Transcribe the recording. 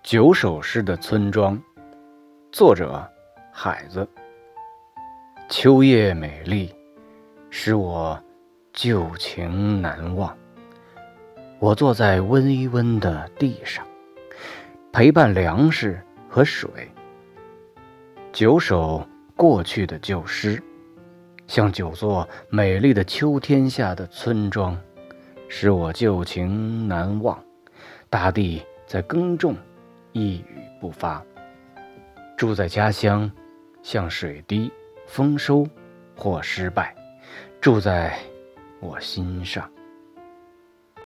九首诗的村庄，作者海子。秋夜美丽，使我旧情难忘。我坐在温温的地上，陪伴粮食和水。九首过去的旧诗，像九座美丽的秋天下的村庄，使我旧情难忘。大地在耕种，一语不发。住在家乡，像水滴，丰收或失败，住在我心上。